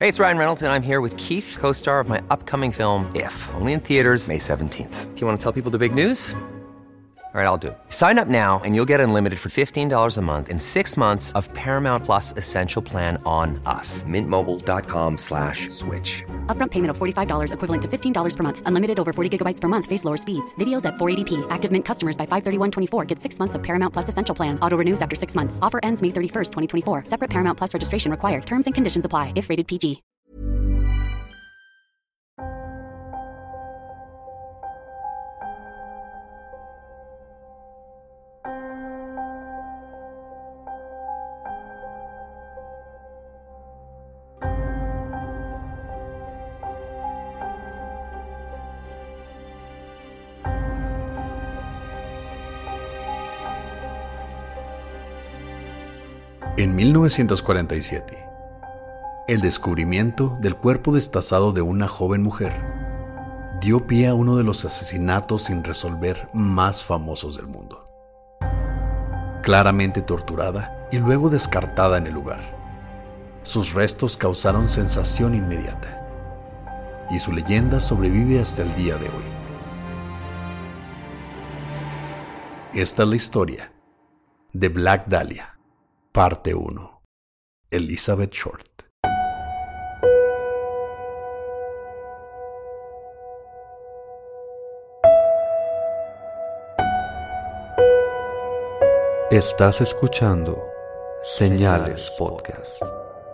Hey, it's Ryan Reynolds, and I'm here with Keith, co-star of my upcoming film, If, only in theaters May 17th. Do you want to tell people the big news? All right, I'll do it. Sign up now and you'll get unlimited for $15 a month and 6 months of Paramount Plus Essential Plan on us. MintMobile.com/switch. Upfront payment of $45 equivalent to $15 per month. Unlimited over 40 gigabytes per month. Face lower speeds. Videos at 480p. Active Mint customers by 531.24 get 6 months of Paramount Plus Essential Plan. Auto renews after 6 months. Offer ends May 31st, 2024. Separate Paramount Plus registration required. Terms and conditions apply if rated PG. En 1947, el descubrimiento del cuerpo destazado de una joven mujer dio pie a uno de los asesinatos sin resolver más famosos del mundo. Claramente torturada y luego descartada en el lugar, sus restos causaron sensación inmediata y su leyenda sobrevive hasta el día de hoy. Esta es la historia de Black Dahlia. Parte 1. Elizabeth Short. Estás escuchando Señales Podcast.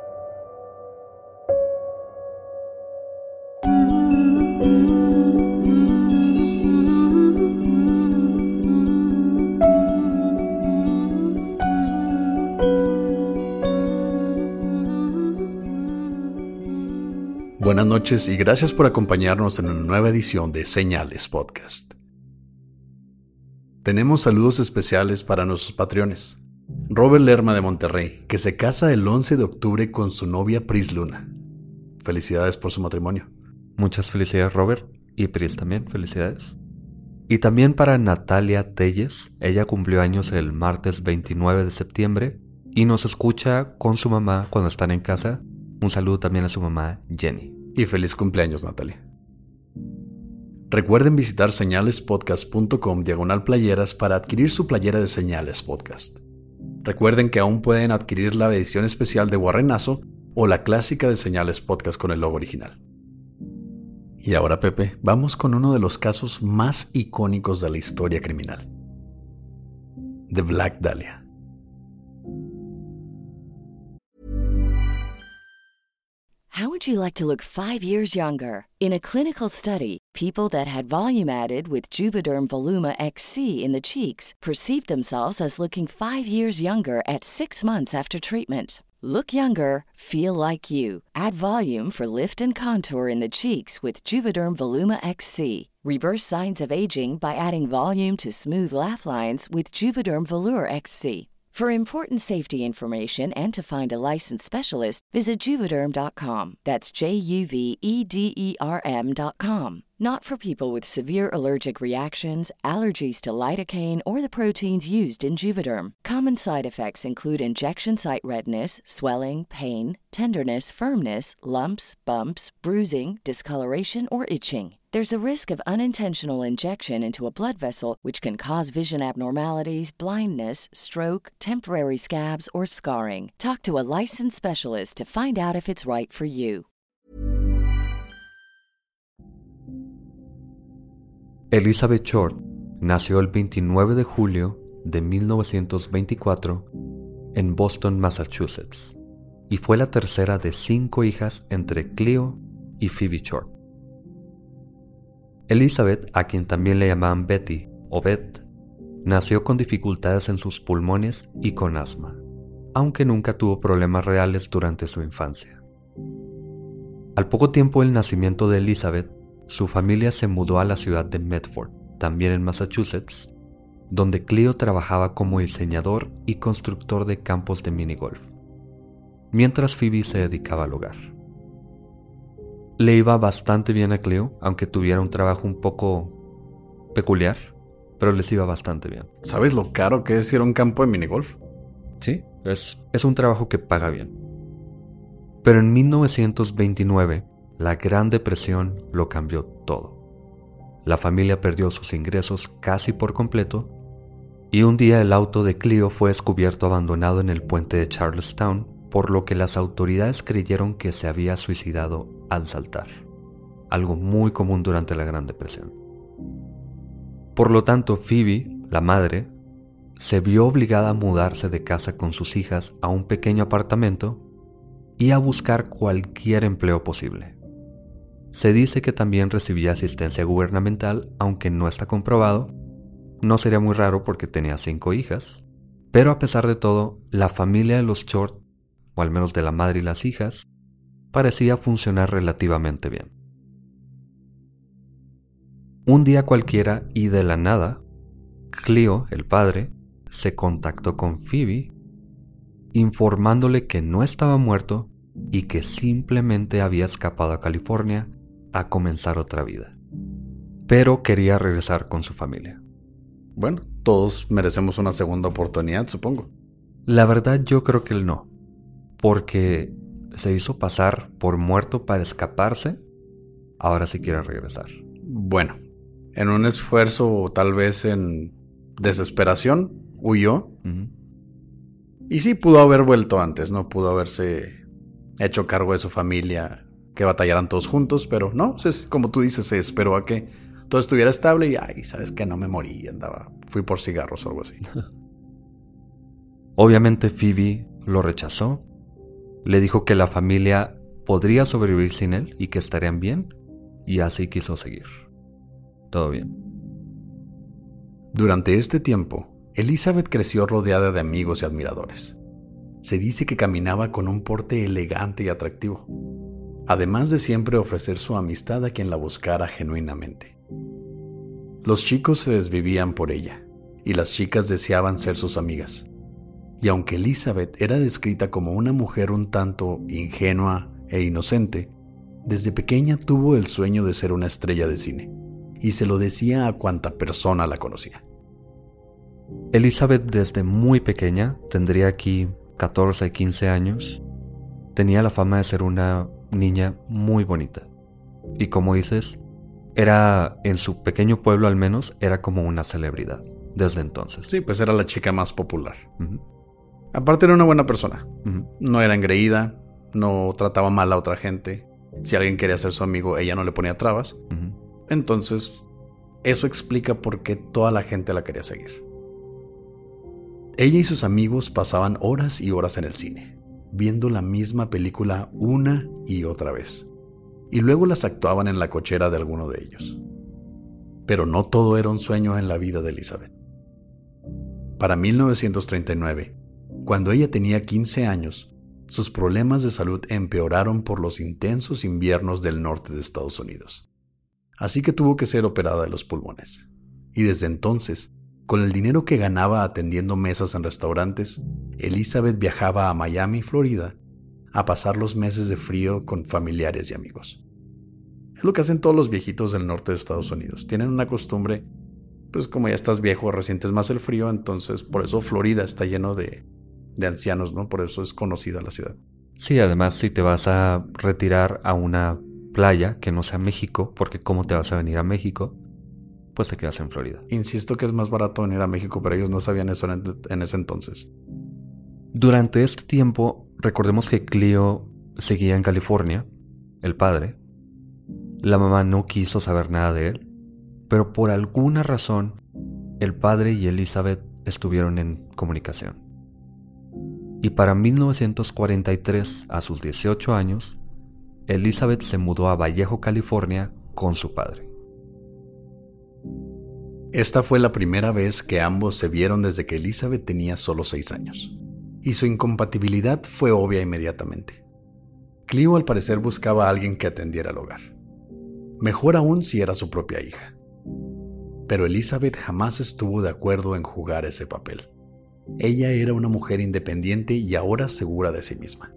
Buenas noches y gracias por acompañarnos en una nueva edición de Señales Podcast. Tenemos saludos especiales para nuestros patreones. Robert Lerma de Monterrey, que se casa el 11 de octubre con su novia Pris Luna. Felicidades por su matrimonio. Muchas felicidades, Robert, y Pris también, felicidades. Y también para Natalia Telles, ella cumplió años el martes 29 de septiembre y nos escucha con su mamá cuando están en casa. Un saludo también a su mamá, Jenny. Y feliz cumpleaños, Natalia. Recuerden visitar señalespodcast.com/playeras para adquirir su playera de Señales Podcast. Recuerden que aún pueden adquirir la edición especial de Guarrenazo o la clásica de Señales Podcast con el logo original. Y ahora, Pepe, vamos con uno de los casos más icónicos de la historia criminal. The Black Dahlia. How would you like to look 5 years younger? In a clinical study, people that had volume added with Juvederm Voluma XC in the cheeks perceived themselves as looking 5 years younger at 6 months after treatment. Look younger, feel like you. Add volume for lift and contour in the cheeks with Juvederm Voluma XC. Reverse signs of aging by adding volume to smooth laugh lines with Juvederm Volure XC. For important safety information and to find a licensed specialist, visit Juvederm.com. That's JUVEDERM.com. Not for people with severe allergic reactions, allergies to lidocaine, or the proteins used in Juvederm. Common side effects include injection site redness, swelling, pain, tenderness, firmness, lumps, bumps, bruising, discoloration, or itching. There's a risk of unintentional injection into a blood vessel, which can cause vision abnormalities, blindness, stroke, temporary scabs, or scarring. Talk to a licensed specialist to find out if it's right for you. Elizabeth Short nació el 29 de julio de 1924 en Boston, Massachusetts, y fue la tercera de 5 hijas entre Cleo y Phoebe Short. Elizabeth, a quien también le llamaban Betty o Beth, nació con dificultades en sus pulmones y con asma, aunque nunca tuvo problemas reales durante su infancia. Al poco tiempo del nacimiento de Elizabeth, su familia se mudó a la ciudad de Medford, también en Massachusetts, donde Cleo trabajaba como diseñador y constructor de campos de minigolf, mientras Phoebe se dedicaba al hogar. Le iba bastante bien a Cleo, aunque tuviera un trabajo un poco peculiar, pero les iba bastante bien. ¿Sabes lo caro que es ir a un campo de minigolf? Sí, es un trabajo que paga bien. Pero en 1929, la Gran Depresión lo cambió todo. La familia perdió sus ingresos casi por completo y un día el auto de Cleo fue descubierto abandonado en el puente de Charlestown, por lo que las autoridades creyeron que se había suicidado al saltar, algo muy común durante la Gran Depresión. Por lo tanto, Phoebe, la madre, se vio obligada a mudarse de casa con sus hijas a un pequeño apartamento y a buscar cualquier empleo posible. Se dice que también recibía asistencia gubernamental, aunque no está comprobado. No sería muy raro porque tenía 5 hijas, pero a pesar de todo, la familia de los Short, o al menos de la madre y las hijas, parecía funcionar relativamente bien. Un día cualquiera y de la nada, Cleo, el padre, se contactó con Phoebe, informándole que no estaba muerto y que simplemente había escapado a California a comenzar otra vida, pero quería regresar con su familia. Bueno, todos merecemos una segunda oportunidad, supongo. La verdad yo creo que él no, porque se hizo pasar por muerto para escaparse, ahora sí quiere regresar. Bueno, en un esfuerzo o tal vez en desesperación, huyó. Y sí pudo haber vuelto antes, ¿no? Pudo haberse hecho cargo de su familia, que batallaran todos juntos, pero no, como tú dices, se esperó a que todo estuviera estable y, ay, ¿sabes qué? No me morí, fui por cigarros o algo así. Obviamente Phoebe lo rechazó, le dijo que la familia podría sobrevivir sin él y que estarían bien, y así quiso seguir. Todo bien. Durante este tiempo, Elizabeth creció rodeada de amigos y admiradores. Se dice que caminaba con un porte elegante y atractivo, además de siempre ofrecer su amistad a quien la buscara genuinamente. Los chicos se desvivían por ella, y las chicas deseaban ser sus amigas. Y aunque Elizabeth era descrita como una mujer un tanto ingenua e inocente, desde pequeña tuvo el sueño de ser una estrella de cine, y se lo decía a cuanta persona la conocía. Elizabeth desde muy pequeña, tendría aquí 14, 15 años, tenía la fama de ser una niña muy bonita. Y como dices, era, en su pequeño pueblo al menos, era como una celebridad desde entonces. Sí, pues era la chica más popular. Aparte era una buena persona. No era engreída, no trataba mal a otra gente. Si alguien quería ser su amigo, ella no le ponía trabas. Entonces, eso explica por qué toda la gente la quería seguir. Ella y sus amigos pasaban horas y horas en el cine, viendo la misma película una y otra vez, y luego las actuaban en la cochera de alguno de ellos. Pero no todo era un sueño en la vida de Elizabeth. Para 1939, cuando ella tenía 15 años, sus problemas de salud empeoraron por los intensos inviernos del norte de Estados Unidos. Así que tuvo que ser operada de los pulmones. Y desde entonces, con el dinero que ganaba atendiendo mesas en restaurantes, Elizabeth viajaba a Miami, Florida, a pasar los meses de frío con familiares y amigos. Es lo que hacen todos los viejitos del norte de Estados Unidos. Tienen una costumbre, pues como ya estás viejo, resientes más el frío, entonces por eso Florida está lleno de ancianos, ¿no? Por eso es conocida la ciudad. Sí, además si te vas a retirar a una playa que no sea México, porque ¿cómo te vas a venir a México? Pues te quedas en Florida. Insisto que es más barato venir a México, pero ellos no sabían eso en ese entonces. Durante este tiempo, recordemos que Cleo seguía en California, el padre. La mamá no quiso saber nada de él, pero por alguna razón, el padre y Elizabeth estuvieron en comunicación. Y para 1943, a sus 18 años, Elizabeth se mudó a Vallejo, California, con su padre. Esta fue la primera vez que ambos se vieron desde que Elizabeth tenía solo 6 años, y su incompatibilidad fue obvia inmediatamente. Cleo al parecer buscaba a alguien que atendiera el hogar, mejor aún si era su propia hija. Pero Elizabeth jamás estuvo de acuerdo en jugar ese papel. Ella era una mujer independiente y ahora segura de sí misma.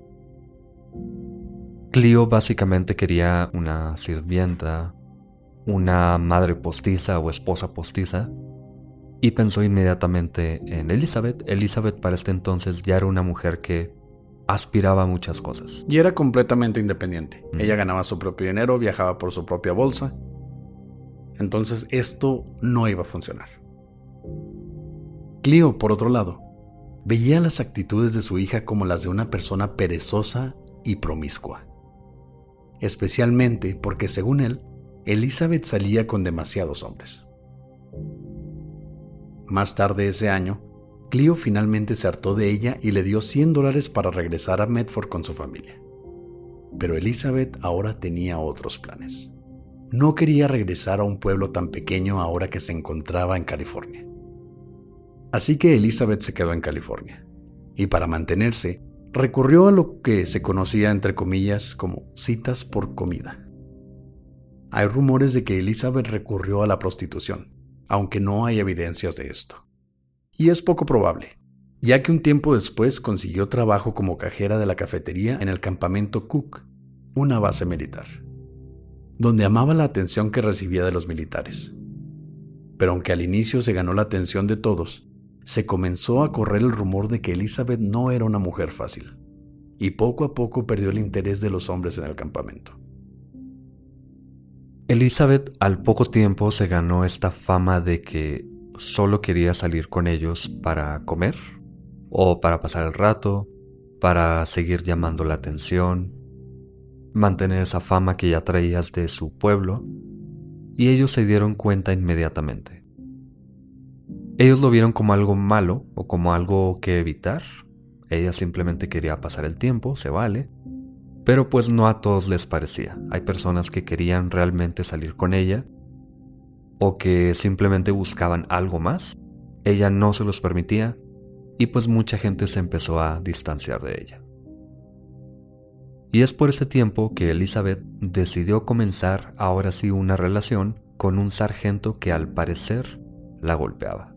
Cleo básicamente quería una sirvienta, una madre postiza o esposa postiza, y pensó inmediatamente en Elizabeth. Elizabeth para este entonces ya era una mujer que aspiraba a muchas cosas. Y era completamente independiente. Ella ganaba su propio dinero, viajaba por su propia bolsa. Entonces esto no iba a funcionar. Cleo, por otro lado, veía las actitudes de su hija como las de una persona perezosa y promiscua. Especialmente porque, según él, Elizabeth salía con demasiados hombres. Más tarde ese año, Cleo finalmente se hartó de ella y le dio $100 para regresar a Medford con su familia. Pero Elizabeth ahora tenía otros planes. No quería regresar a un pueblo tan pequeño ahora que se encontraba en California. Así que Elizabeth se quedó en California, y para mantenerse, recurrió a lo que se conocía entre comillas como citas por comida. Hay rumores de que Elizabeth recurrió a la prostitución, aunque no hay evidencias de esto. Y es poco probable, ya que un tiempo después consiguió trabajo como cajera de la cafetería en el campamento Cook, una base militar, donde amaba la atención que recibía de los militares. Pero aunque al inicio se ganó la atención de todos, se comenzó a correr el rumor de que Elizabeth no era una mujer fácil, y poco a poco perdió el interés de los hombres en el campamento. Elizabeth al poco tiempo se ganó esta fama de que solo quería salir con ellos para comer, o para pasar el rato, para seguir llamando la atención, mantener esa fama que ya traías de su pueblo, y ellos se dieron cuenta inmediatamente. Ellos lo vieron como algo malo o como algo que evitar. Ella simplemente quería pasar el tiempo, se vale, pero pues no a todos les parecía. Hay personas que querían realmente salir con ella o que simplemente buscaban algo más. Ella no se los permitía y pues mucha gente se empezó a distanciar de ella. Y es por este tiempo que Elizabeth decidió comenzar ahora sí una relación con un sargento que al parecer la golpeaba.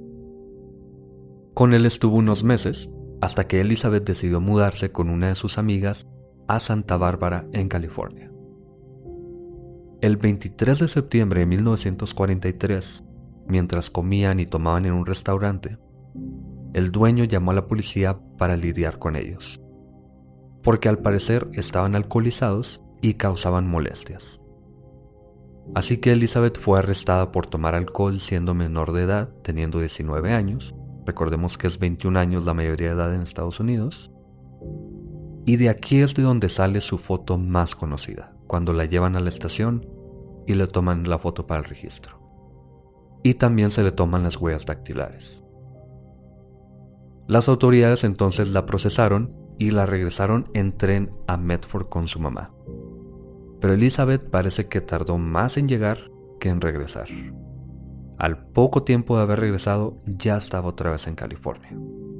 Con él estuvo unos meses hasta que Elizabeth decidió mudarse con una de sus amigas a Santa Bárbara en California. El 23 de septiembre de 1943, mientras comían y tomaban en un restaurante, el dueño llamó a la policía para lidiar con ellos, porque al parecer estaban alcoholizados y causaban molestias. Así que Elizabeth fue arrestada por tomar alcohol siendo menor de edad, teniendo 19 años. Recordemos que es 21 años la mayoría de edad en Estados Unidos. Y de aquí es de donde sale su foto más conocida, cuando la llevan a la estación y le toman la foto para el registro. Y también se le toman las huellas dactilares. Las autoridades entonces la procesaron y la regresaron en tren a Medford con su mamá. Pero Elizabeth parece que tardó más en llegar que en regresar. Al poco tiempo de haber regresado, ya estaba otra vez en California.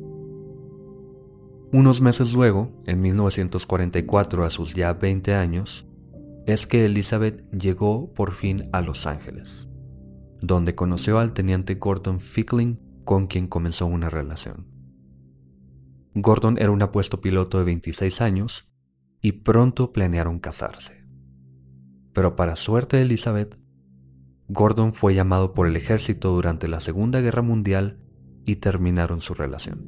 Unos meses luego, en 1944, a sus ya 20 años, es que Elizabeth llegó por fin a Los Ángeles, donde conoció al teniente Gordon Fickling, con quien comenzó una relación. Gordon era un apuesto piloto de 26 años y pronto planearon casarse. Pero para suerte de Elizabeth, Gordon fue llamado por el ejército durante la Segunda Guerra Mundial y terminaron su relación.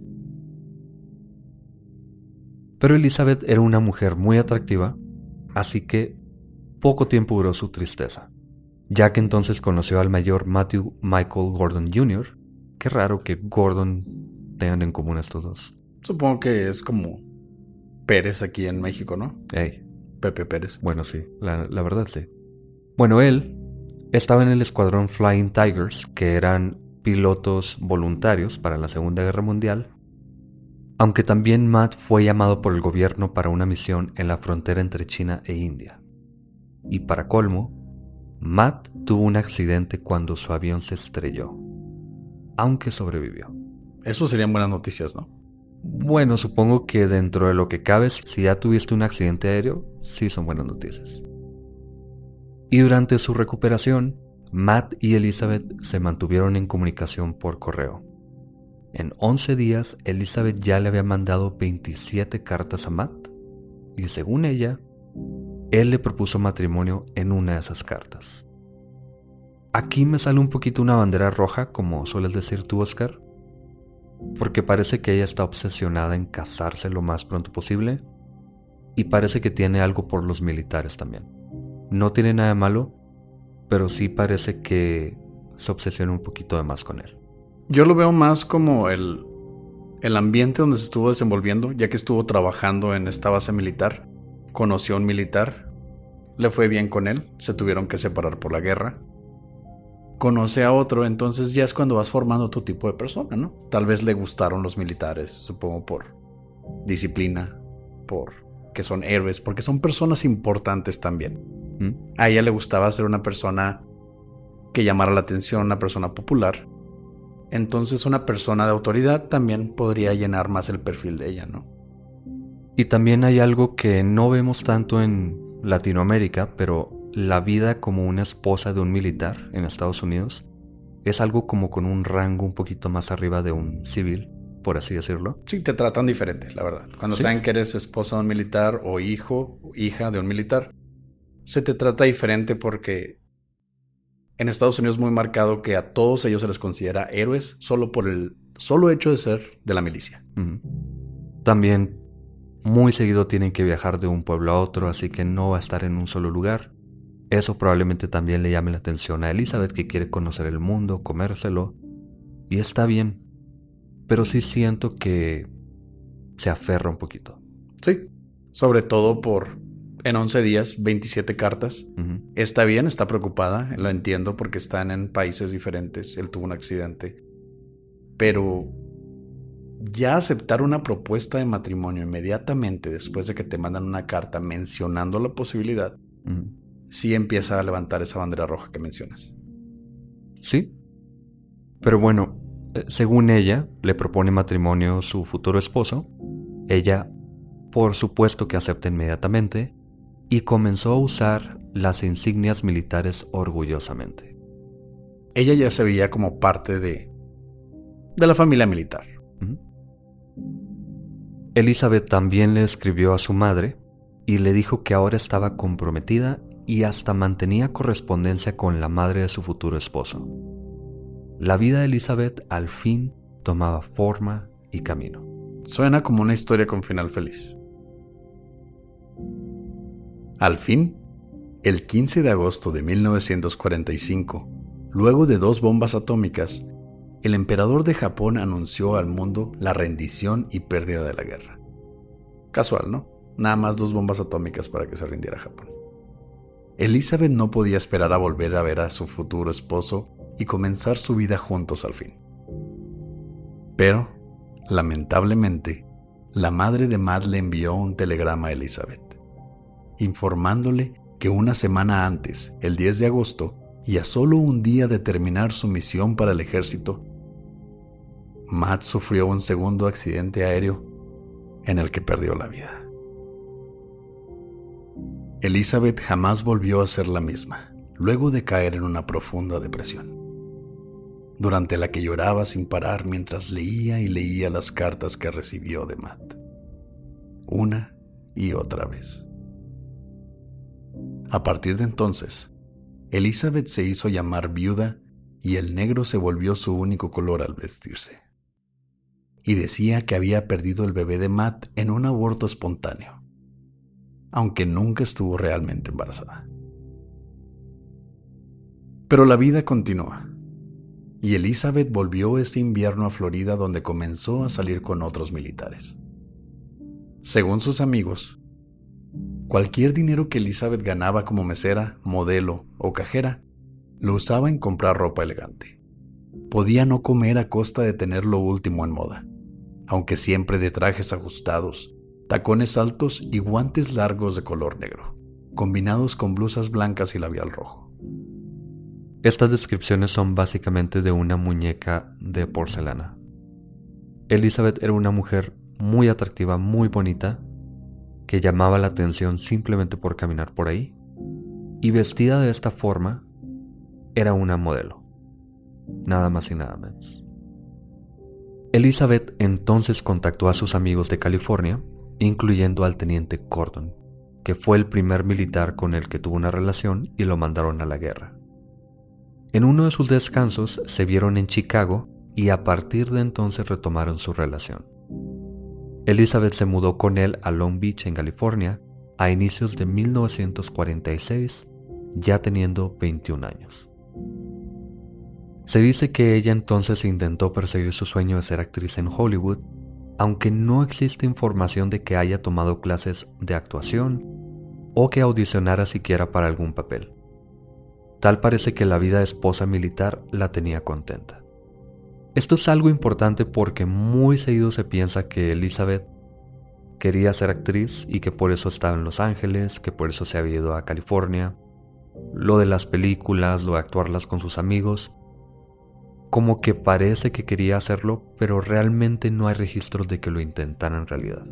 Pero Elizabeth era una mujer muy atractiva, así que poco tiempo duró su tristeza, ya que entonces conoció al mayor Matthew Michael Gordon Jr. Qué raro que Gordon tengan en común estos dos. Supongo que es como Pérez aquí en México, ¿no? Hey. Pepe Pérez. Bueno, sí, la verdad sí. Bueno, él estaba en el escuadrón Flying Tigers, que eran pilotos voluntarios para la Segunda Guerra Mundial, aunque también Matt fue llamado por el gobierno para una misión en la frontera entre China e India. Y para colmo, Matt tuvo un accidente cuando su avión se estrelló, aunque sobrevivió. Eso serían buenas noticias, ¿no? Bueno, supongo que dentro de lo que cabe, si ya tuviste un accidente aéreo, sí son buenas noticias. Y durante su recuperación, Matt y Elizabeth se mantuvieron en comunicación por correo. En 11 días, Elizabeth ya le había mandado 27 cartas a Matt, y según ella, él le propuso matrimonio en una de esas cartas. Aquí me sale un poquito una bandera roja, como sueles decir tú, Oscar, porque parece que ella está obsesionada en casarse lo más pronto posible y parece que tiene algo por los militares también. No tiene nada de malo, pero sí parece que se obsesiona un poquito de más con él. Yo lo veo más como el ambiente donde se estuvo desenvolviendo, ya que estuvo trabajando en esta base militar. Conoció a un militar, le fue bien con él, se tuvieron que separar por la guerra. Conoce a otro, entonces ya es cuando vas formando tu tipo de persona, ¿no? Tal vez le gustaron los militares, supongo por disciplina, por que son héroes, porque son personas importantes también. A ella le gustaba ser una persona que llamara la atención, una persona popular. Entonces una persona de autoridad también podría llenar más el perfil de ella, ¿no? Y también hay algo que no vemos tanto en Latinoamérica, pero la vida como una esposa de un militar en Estados Unidos es algo como con un rango un poquito más arriba de un civil, por así decirlo. Sí, te tratan diferente, la verdad. Cuando saben que eres esposa de un militar o hijo, hija de un militar, se te trata diferente porque en Estados Unidos es muy marcado que a todos ellos se les considera héroes solo por el solo hecho de ser de la milicia. También muy seguido tienen que viajar de un pueblo a otro, así que no va a estar en un solo lugar. Eso probablemente también le llame la atención a Elizabeth, que quiere conocer el mundo, comérselo. Y está bien, pero sí siento que se aferra un poquito. Sí, sobre todo por en 11 días, 27 cartas. Está bien, está preocupada, lo entiendo porque están en países diferentes, él tuvo un accidente. Pero ya aceptar una propuesta de matrimonio inmediatamente después de que te mandan una carta mencionando la posibilidad, sí empieza a levantar esa bandera roja que mencionas. Sí, pero bueno, según ella, le propone matrimonio su futuro esposo. Ella, por supuesto que acepta inmediatamente y comenzó a usar las insignias militares orgullosamente. Ella ya se veía como parte de la familia militar. Elizabeth también le escribió a su madre y le dijo que ahora estaba comprometida y hasta mantenía correspondencia con la madre de su futuro esposo. La vida de Elizabeth al fin tomaba forma y camino. Suena como una historia con final feliz. Al fin, el 15 de agosto de 1945, luego de 2 bombas atómicas, el emperador de Japón anunció al mundo la rendición y pérdida de la guerra. Casual, ¿no? Nada más 2 bombas atómicas para que se rindiera Japón. Elizabeth no podía esperar a volver a ver a su futuro esposo y comenzar su vida juntos al fin. Pero, lamentablemente, la madre de Matt le envió un telegrama a Elizabeth, informándole que una semana antes, el 10 de agosto, y a solo un día de terminar su misión para el ejército, Matt sufrió un segundo accidente aéreo en el que perdió la vida. Elizabeth jamás volvió a ser la misma, luego de caer en una profunda depresión, durante la que lloraba sin parar mientras leía y leía las cartas que recibió de Matt, una y otra vez. A partir de entonces, Elizabeth se hizo llamar viuda y el negro se volvió su único color al vestirse. Y decía que había perdido el bebé de Matt en un aborto espontáneo, aunque nunca estuvo realmente embarazada. Pero la vida continúa, y Elizabeth volvió ese invierno a Florida, donde comenzó a salir con otros militares. Según sus amigos, cualquier dinero que Elizabeth ganaba como mesera, modelo o cajera, lo usaba en comprar ropa elegante. Podía no comer a costa de tener lo último en moda, aunque siempre de trajes ajustados, tacones altos y guantes largos de color negro, combinados con blusas blancas y labial rojo. Estas descripciones son básicamente de una muñeca de porcelana. Elizabeth era una mujer muy atractiva, muy bonita, que llamaba la atención simplemente por caminar por ahí, y vestida de esta forma, era una modelo, nada más y nada menos. Elizabeth entonces contactó a sus amigos de California, incluyendo al teniente Gordon, que fue el primer militar con el que tuvo una relación y lo mandaron a la guerra. En uno de sus descansos se vieron en Chicago y a partir de entonces retomaron su relación. Elizabeth se mudó con él a Long Beach, en California, a inicios de 1946, ya teniendo 21 años. Se dice que ella entonces intentó perseguir su sueño de ser actriz en Hollywood, aunque no existe información de que haya tomado clases de actuación o que audicionara siquiera para algún papel. Tal parece que la vida de esposa militar la tenía contenta. Esto es algo importante porque muy seguido se piensa que Elizabeth quería ser actriz y que por eso estaba en Los Ángeles, que por eso se había ido a California. Lo de las películas, lo de actuarlas con sus amigos, como que parece que quería hacerlo, pero realmente no hay registros de que lo intentara en realidad.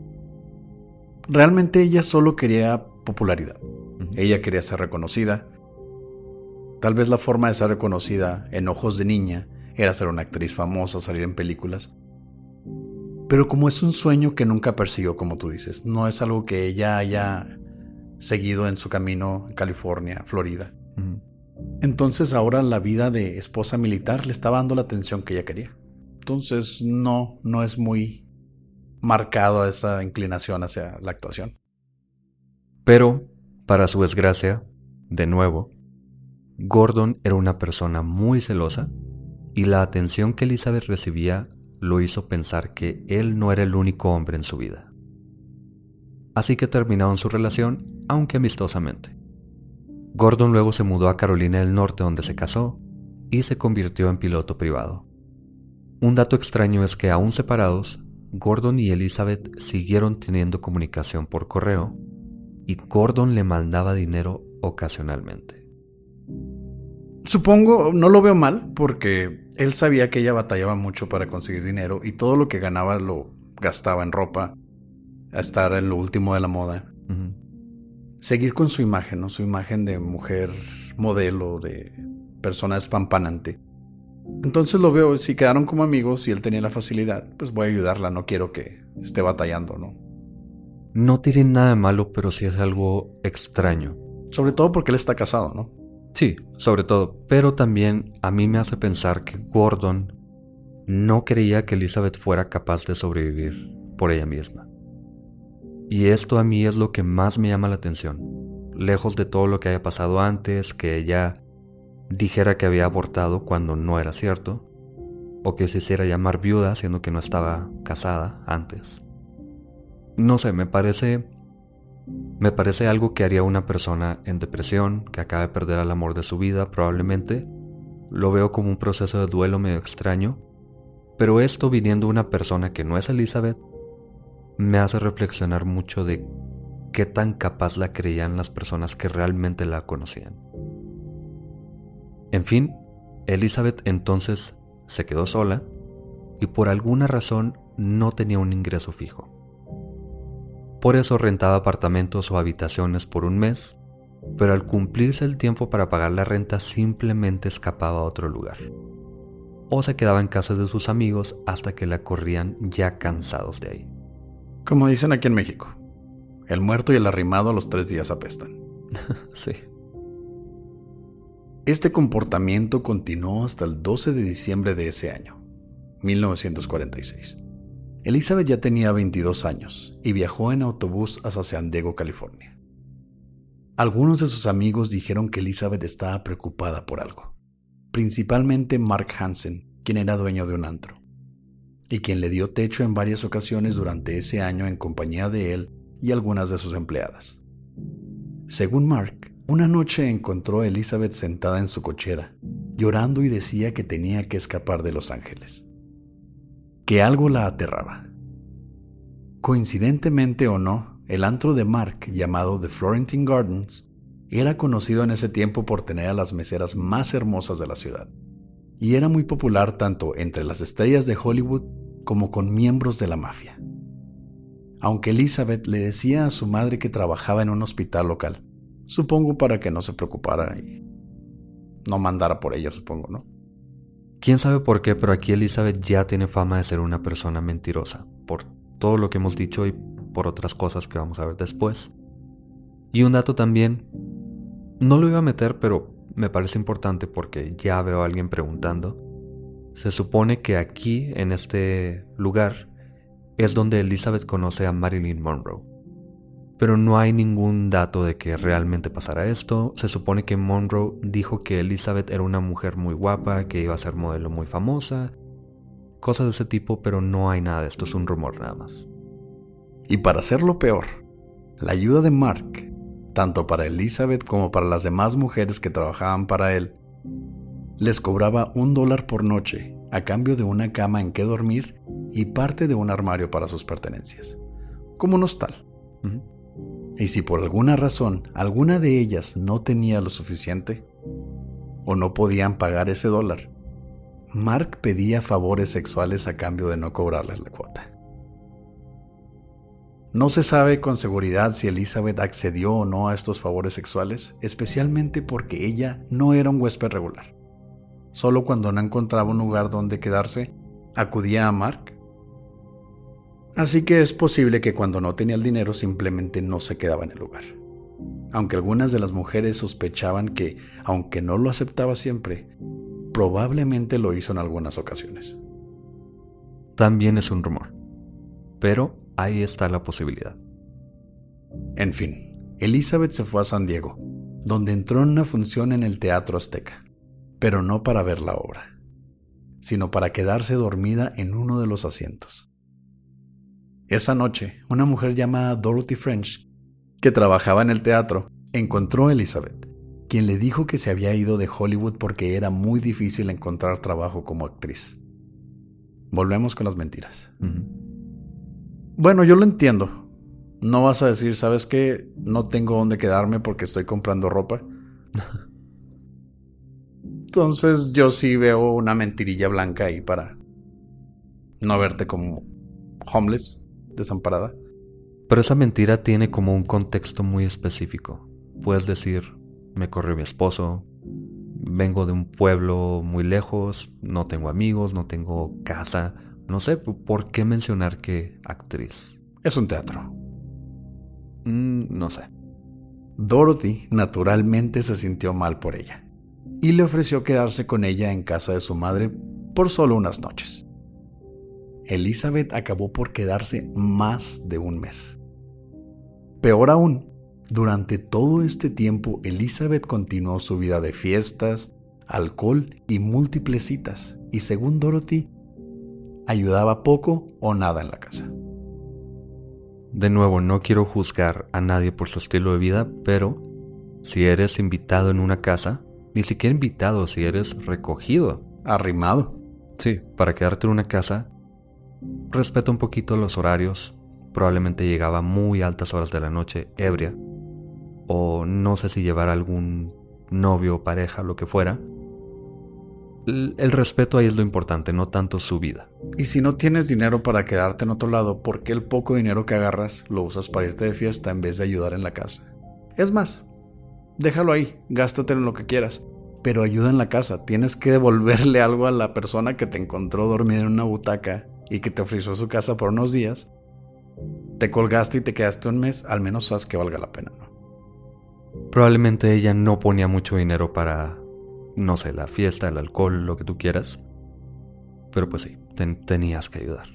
Realmente ella solo quería popularidad. Ella quería ser reconocida. Tal vez la forma de ser reconocida en ojos de niña era ser una actriz famosa, salir en películas. Pero como es un sueño que nunca persiguió, como tú dices, no es algo que ella haya seguido en su camino en California, Florida. Entonces ahora la vida de esposa militar le estaba dando la atención que ella quería. Entonces no es muy marcado esa inclinación hacia la actuación. Pero, para su desgracia, de nuevo, Gordon era una persona muy celosa y la atención que Elizabeth recibía lo hizo pensar que él no era el único hombre en su vida. Así que terminaron su relación, aunque amistosamente. Gordon luego se mudó a Carolina del Norte, donde se casó y se convirtió en piloto privado. Un dato extraño es que, aún separados, Gordon y Elizabeth siguieron teniendo comunicación por correo y Gordon le mandaba dinero ocasionalmente. Supongo, no lo veo mal, porque él sabía que ella batallaba mucho para conseguir dinero y todo lo que ganaba lo gastaba en ropa, a estar en lo último de la moda. Seguir con su imagen, ¿no? Su imagen de mujer modelo, de persona despampanante. Entonces lo veo, si quedaron como amigos y él tenía la facilidad, pues voy a ayudarla, no quiero que esté batallando, ¿no? No tiene nada de malo, pero sí es algo extraño. Sobre todo porque él está casado, ¿no? Sí, sobre todo, pero también a mí me hace pensar que Gordon no creía que Elizabeth fuera capaz de sobrevivir por ella misma. Y esto a mí es lo que más me llama la atención. Lejos de todo lo que haya pasado antes, que ella dijera que había abortado cuando no era cierto, o que se hiciera llamar viuda siendo que no estaba casada antes. No sé, me parece algo que haría una persona en depresión, que acaba de perder al amor de su vida probablemente. Lo veo como un proceso de duelo medio extraño, pero esto, viniendo de una persona que no es Elizabeth, me hace reflexionar mucho de qué tan capaz la creían las personas que realmente la conocían. En fin, Elizabeth entonces se quedó sola y por alguna razón no tenía un ingreso fijo. Por eso rentaba apartamentos o habitaciones por un mes, pero al cumplirse el tiempo para pagar la renta simplemente escapaba a otro lugar. O se quedaba en casa de sus amigos hasta que la corrían ya cansados de ahí. Como dicen aquí en México, el muerto y el arrimado a los 3 días apestan. Sí. Este comportamiento continuó hasta el 12 de diciembre de ese año, 1946. Elizabeth ya tenía 22 años y viajó en autobús hacia San Diego, California. Algunos de sus amigos dijeron que Elizabeth estaba preocupada por algo, principalmente Mark Hansen, quien era dueño de un antro, y quien le dio techo en varias ocasiones durante ese año en compañía de él y algunas de sus empleadas. Según Mark, una noche encontró a Elizabeth sentada en su cochera, llorando y decía que tenía que escapar de Los Ángeles, que algo la aterraba. Coincidentemente o no, el antro de Mark, llamado The Florentine Gardens, era conocido en ese tiempo por tener a las meseras más hermosas de la ciudad, y era muy popular tanto entre las estrellas de Hollywood como con miembros de la mafia. Aunque Elizabeth le decía a su madre que trabajaba en un hospital local, supongo para que no se preocupara y no mandara por ella, supongo, ¿no? Quién sabe por qué, pero aquí Elizabeth ya tiene fama de ser una persona mentirosa, por todo lo que hemos dicho y por otras cosas que vamos a ver después. Y un dato también, no lo iba a meter, pero me parece importante porque ya veo a alguien preguntando. Se supone que aquí, en este lugar, es donde Elizabeth conoce a Marilyn Monroe. Pero no hay ningún dato de que realmente pasara esto. Se supone que Monroe dijo que Elizabeth era una mujer muy guapa, que iba a ser modelo muy famosa, cosas de ese tipo, pero no hay nada de esto, es un rumor nada más. Y para hacerlo peor, la ayuda de Mark, tanto para Elizabeth como para las demás mujeres que trabajaban para él, les cobraba $1 por noche a cambio de una cama en que dormir y parte de un armario para sus pertenencias, como un hostal. Y si por alguna razón alguna de ellas no tenía lo suficiente o no podían pagar ese $1, Mark pedía favores sexuales a cambio de no cobrarles la cuota. No se sabe con seguridad si Elizabeth accedió o no a estos favores sexuales, especialmente porque ella no era un huésped regular. Solo cuando no encontraba un lugar donde quedarse, acudía a Mark. Así que es posible que cuando no tenía el dinero simplemente no se quedaba en el lugar. Aunque algunas de las mujeres sospechaban que, aunque no lo aceptaba siempre, probablemente lo hizo en algunas ocasiones. También es un rumor, pero ahí está la posibilidad. En fin, Elizabeth se fue a San Diego, donde entró en una función en el Teatro Azteca, pero no para ver la obra, sino para quedarse dormida en uno de los asientos. Esa noche, una mujer llamada Dorothy French, que trabajaba en el teatro, encontró a Elizabeth, quien le dijo que se había ido de Hollywood porque era muy difícil encontrar trabajo como actriz. Volvemos con las mentiras. Bueno, yo lo entiendo. No vas a decir, ¿sabes qué? No tengo dónde quedarme porque estoy comprando ropa. Entonces yo sí veo una mentirilla blanca ahí para no verte como homeless, desamparada. Pero esa mentira tiene como un contexto muy específico. Puedes decir, me corrió mi esposo, vengo de un pueblo muy lejos, no tengo amigos, no tengo casa. No sé, ¿por qué mencionar que actriz? Es un teatro. No sé. Dorothy naturalmente se sintió mal por ella y le ofreció quedarse con ella en casa de su madre por solo unas noches. Elizabeth acabó por quedarse más de un mes. Peor aún, durante todo este tiempo Elizabeth continuó su vida de fiestas, alcohol y múltiples citas, y según Dorothy, ayudaba poco o nada en la casa. De nuevo, no quiero juzgar a nadie por su estilo de vida, pero si eres invitado en una casa, ni siquiera invitado, si eres recogido, Arrimado. sí, para quedarte en una casa, respeta un poquito los horarios. Probablemente llegaba a muy altas horas de la noche, ebria, o no sé si llevar algún novio o pareja, lo que fuera. El respeto ahí es lo importante, no tanto su vida. Y si no tienes dinero para quedarte en otro lado, ¿por qué el poco dinero que agarras lo usas para irte de fiesta en vez de ayudar en la casa? Es más, déjalo ahí, gástatelo en lo que quieras, pero ayuda en la casa. Tienes que devolverle algo a la persona que te encontró dormida en una butaca y que te ofreció su casa por unos días. Te colgaste y te quedaste un mes, al menos sabes que valga la pena, ¿no? Probablemente ella no ponía mucho dinero para, no sé, la fiesta, el alcohol, lo que tú quieras. Pero pues sí, tenías que ayudar.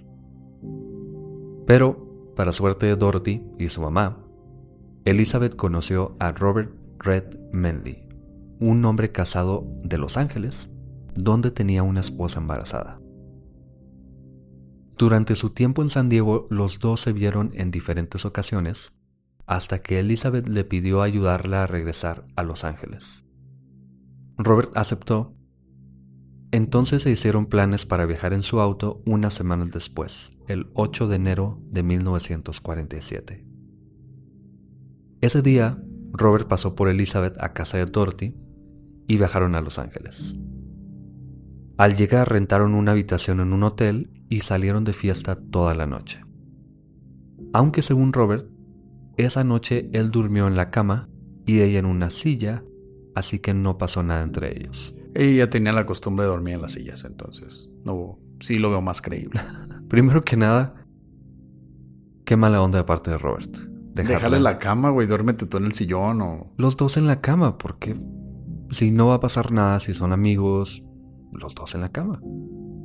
Pero, para suerte de Dorothy y su mamá, Elizabeth conoció a Robert Red Menley, un hombre casado de Los Ángeles, donde tenía una esposa embarazada. Durante su tiempo en San Diego, los dos se vieron en diferentes ocasiones, hasta que Elizabeth le pidió ayudarla a regresar a Los Ángeles. Robert aceptó. Entonces se hicieron planes para viajar en su auto unas semanas después, el 8 de enero de 1947. Ese día, Robert pasó por Elizabeth a casa de Dorothy y viajaron a Los Ángeles. Al llegar rentaron una habitación en un hotel y salieron de fiesta toda la noche. Aunque según Robert, esa noche él durmió en la cama y ella en una silla, así que no pasó nada entre ellos. Ella tenía la costumbre de dormir en las sillas, entonces sí lo veo más creíble. Primero que nada, qué mala onda de parte de Robert. Déjale la cama, güey, duérmete tú en el sillón o... Los dos en la cama, porque si no va a pasar nada, si son amigos, los dos en la cama.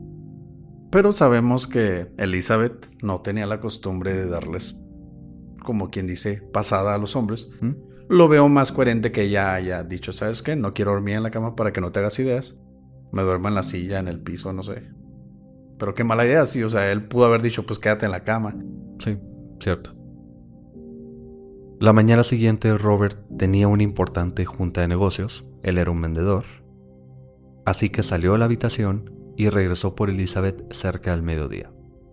Pero sabemos que Elizabeth no tenía la costumbre de darles, como quien dice, pasada a los hombres. Lo veo más coherente que ella haya dicho, ¿sabes qué? No quiero dormir en la cama para que no te hagas ideas. Me duermo en la silla, en el piso, no sé. Pero qué mala idea, sí. O sea, él pudo haber dicho, pues quédate en la cama. Sí, cierto. La mañana siguiente, Robert tenía una importante junta de negocios. Él era un vendedor. Así que salió a la habitación y regresó por Elizabeth cerca del mediodía.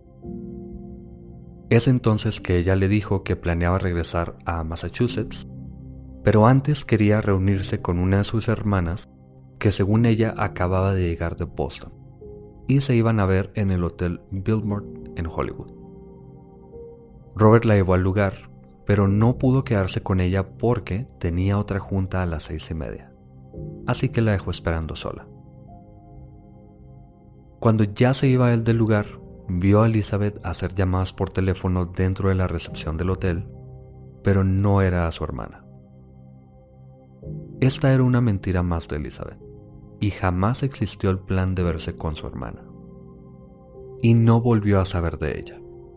Es entonces que ella le dijo que planeaba regresar a Massachusetts, pero antes quería reunirse con una de sus hermanas que según ella acababa de llegar de Boston y se iban a ver en el Hotel Biltmore en Hollywood. Robert la llevó al lugar, pero no pudo quedarse con ella porque tenía otra junta a las 6:30, así que la dejó esperando sola. Cuando ya se iba él del lugar, vio a Elizabeth hacer llamadas por teléfono dentro de la recepción del hotel, pero no era a su hermana. Esta era una mentira más de Elizabeth, y jamás existió el plan de verse con su hermana. Y no volvió a saber de ella.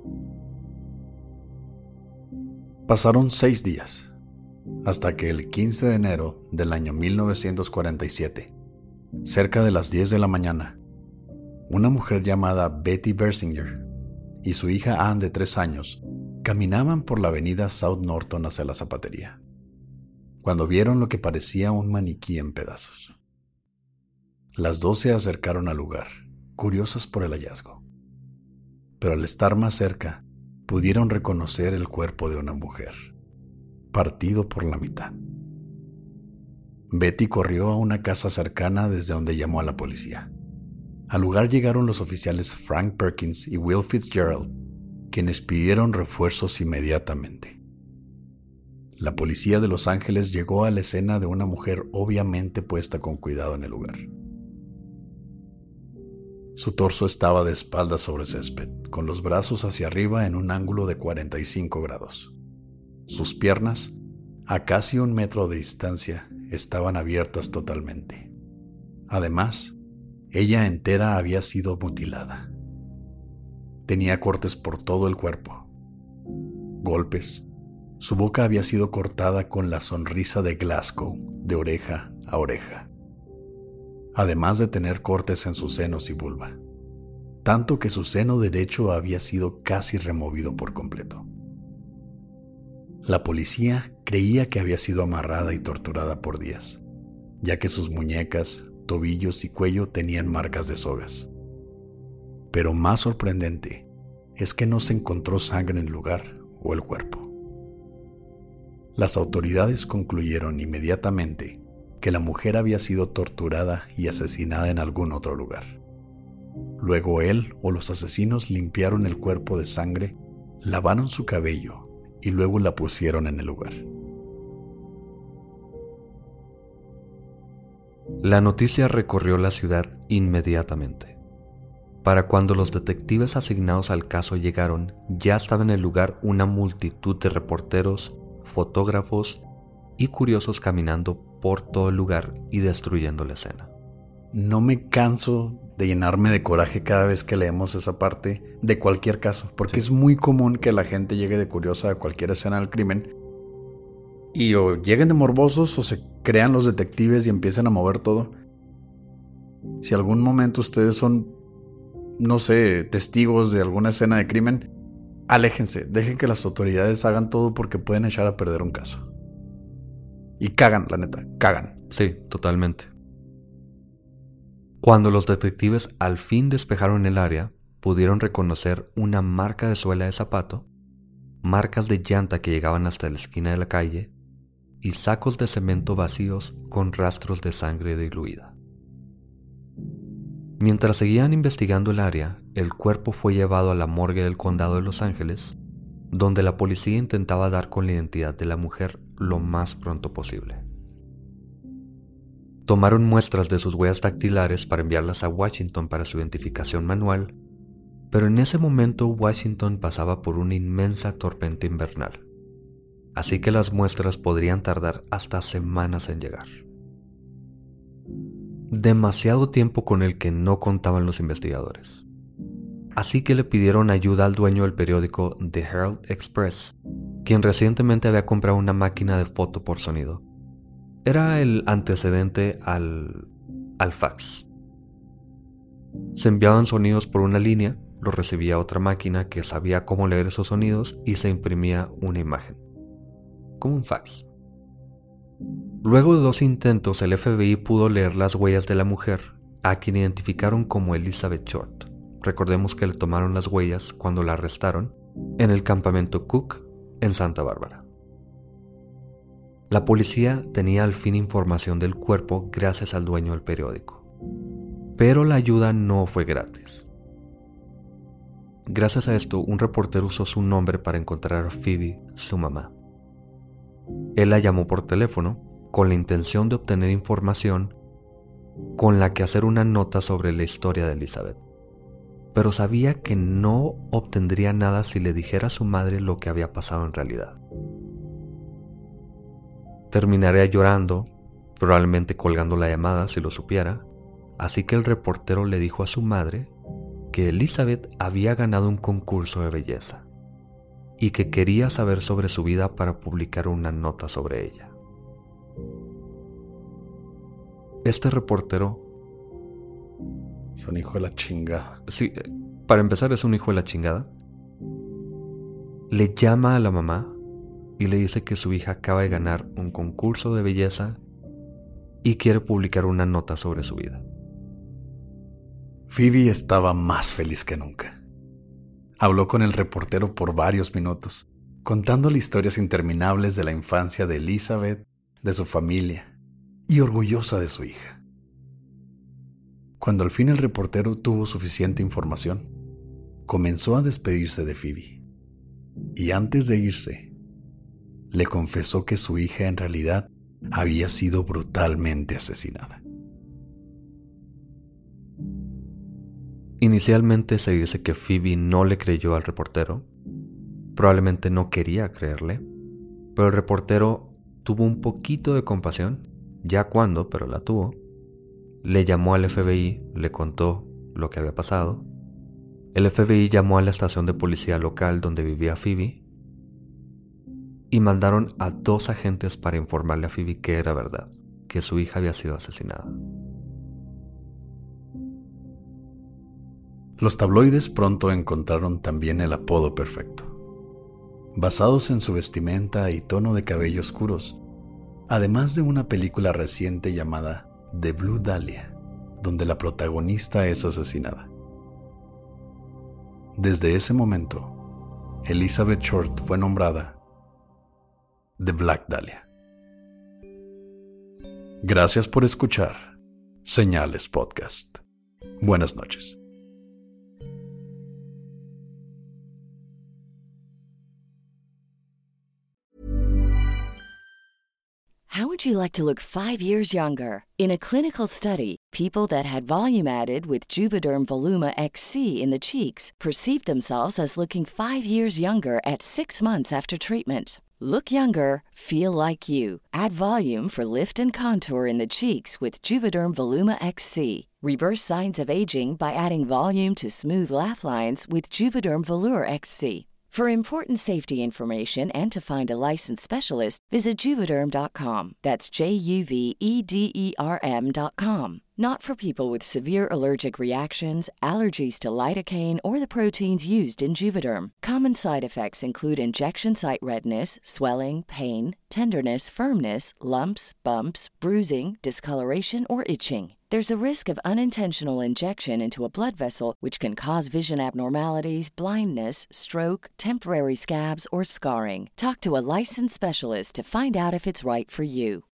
Pasaron 6 días, hasta que el 15 de enero del año 1947, cerca de las 10 de la mañana, una mujer llamada Betty Bersinger y su hija Anne de 3 años caminaban por la avenida South Norton hacia la zapatería, cuando vieron lo que parecía un maniquí en pedazos. Las dos se acercaron al lugar, curiosas por el hallazgo, pero al estar más cerca, pudieron reconocer el cuerpo de una mujer, partido por la mitad. Betty corrió a una casa cercana desde donde llamó a la policía. Al lugar llegaron los oficiales Frank Perkins y Will Fitzgerald, quienes pidieron refuerzos inmediatamente. La policía de Los Ángeles llegó a la escena de una mujer obviamente puesta con cuidado en el lugar. Su torso estaba de espaldas sobre césped, con los brazos hacia arriba en un ángulo de 45 grados. Sus piernas, a casi 1 metro de distancia, estaban abiertas totalmente. Además, ella entera había sido mutilada. Tenía cortes por todo el cuerpo, golpes. Su boca había sido cortada con la sonrisa de Glasgow, de oreja a oreja, además de tener cortes en sus senos y vulva, tanto que su seno derecho había sido casi removido por completo. La policía creía que había sido amarrada y torturada por días, ya que sus muñecas, tobillos y cuello tenían marcas de sogas. Pero más sorprendente es que no se encontró sangre en el lugar o el cuerpo. Las autoridades concluyeron inmediatamente que la mujer había sido torturada y asesinada en algún otro lugar. Luego él o los asesinos limpiaron el cuerpo de sangre, lavaron su cabello y luego la pusieron en el lugar. La noticia recorrió la ciudad inmediatamente. Para cuando los detectives asignados al caso llegaron, ya estaba en el lugar una multitud de reporteros, fotógrafos y curiosos caminando por todo el lugar y destruyendo la escena. No me canso de llenarme de coraje cada vez que leemos esa parte de cualquier caso, porque es muy común que la gente llegue de curiosa a cualquier escena del crimen y o lleguen de morbosos o se crean los detectives y empiecen a mover todo. Si algún momento ustedes son, no sé, testigos de alguna escena de crimen, aléjense, dejen que las autoridades hagan todo porque pueden echar a perder un caso. Y cagan, la neta, cagan. Sí, totalmente. Cuando los detectives al fin despejaron el área, pudieron reconocer una marca de suela de zapato, marcas de llanta que llegaban hasta la esquina de la calle y sacos de cemento vacíos con rastros de sangre diluida. Mientras seguían investigando el área, el cuerpo fue llevado a la morgue del condado de Los Ángeles, donde la policía intentaba dar con la identidad de la mujer lo más pronto posible. Tomaron muestras de sus huellas dactilares para enviarlas a Washington para su identificación manual, pero en ese momento Washington pasaba por una inmensa tormenta invernal, así que las muestras podrían tardar hasta semanas en llegar. Demasiado tiempo con el que no contaban los investigadores. Así que le pidieron ayuda al dueño del periódico The Herald Express, quien recientemente había comprado una máquina de foto por sonido. Era el antecedente al fax. Se enviaban sonidos por una línea, lo recibía otra máquina que sabía cómo leer esos sonidos y se imprimía una imagen, como un fax. Luego de 2 intentos, el FBI pudo leer las huellas de la mujer, a quien identificaron como Elizabeth Short. Recordemos que le tomaron las huellas cuando la arrestaron en el campamento Cook en Santa Bárbara. La policía tenía al fin información del cuerpo gracias al dueño del periódico. Pero la ayuda no fue gratis. Gracias a esto, un reportero usó su nombre para encontrar a Phoebe, su mamá. Él la llamó por teléfono con la intención de obtener información con la que hacer una nota sobre la historia de Elizabeth. Pero sabía que no obtendría nada si le dijera a su madre lo que había pasado en realidad. Terminaría llorando, probablemente colgando la llamada si lo supiera, así que el reportero le dijo a su madre que Elizabeth había ganado un concurso de belleza y que quería saber sobre su vida para publicar una nota sobre ella. Este reportero... Es un hijo de la chingada. Sí, para empezar es un hijo de la chingada. Le llama a la mamá y le dice que su hija acaba de ganar un concurso de belleza y quiere publicar una nota sobre su vida. Phoebe estaba más feliz que nunca. Habló con el reportero por varios minutos, contándole historias interminables de la infancia de Elizabeth, de su familia, y orgullosa de su hija. Cuando al fin el reportero tuvo suficiente información, comenzó a despedirse de Phoebe. Y antes de irse, le confesó que su hija en realidad había sido brutalmente asesinada. Inicialmente se dice que Phoebe no le creyó al reportero. Probablemente no quería creerle, pero el reportero tuvo un poquito de compasión, ya cuando, pero la tuvo. Le llamó al FBI, le contó lo que había pasado. El FBI llamó a la estación de policía local donde vivía Phoebe y mandaron a 2 agentes para informarle a Phoebe que era verdad, que su hija había sido asesinada. Los tabloides pronto encontraron también el apodo perfecto. Basados en su vestimenta y tono de cabello oscuros, además de una película reciente llamada The Blue Dahlia, donde la protagonista es asesinada. Desde ese momento, Elizabeth Short fue nombrada The Black Dahlia. Gracias por escuchar Señales Podcast. Buenas noches. How would you like to look 5 years younger? In a clinical study, people that had volume added with Juvederm Voluma XC in the cheeks perceived themselves as looking 5 years younger at 6 months after treatment. Look younger, feel like you. Add volume for lift and contour in the cheeks with Juvederm Voluma XC. Reverse signs of aging by adding volume to smooth laugh lines with Juvederm Volure XC. For important safety information and to find a licensed specialist, visit Juvederm.com. That's JUVEDERM.com. Not for people with severe allergic reactions, allergies to lidocaine, or the proteins used in Juvederm. Common side effects include injection site redness, swelling, pain, tenderness, firmness, lumps, bumps, bruising, discoloration, or itching. There's a risk of unintentional injection into a blood vessel, which can cause vision abnormalities, blindness, stroke, temporary scabs, or scarring. Talk to a licensed specialist to find out if it's right for you.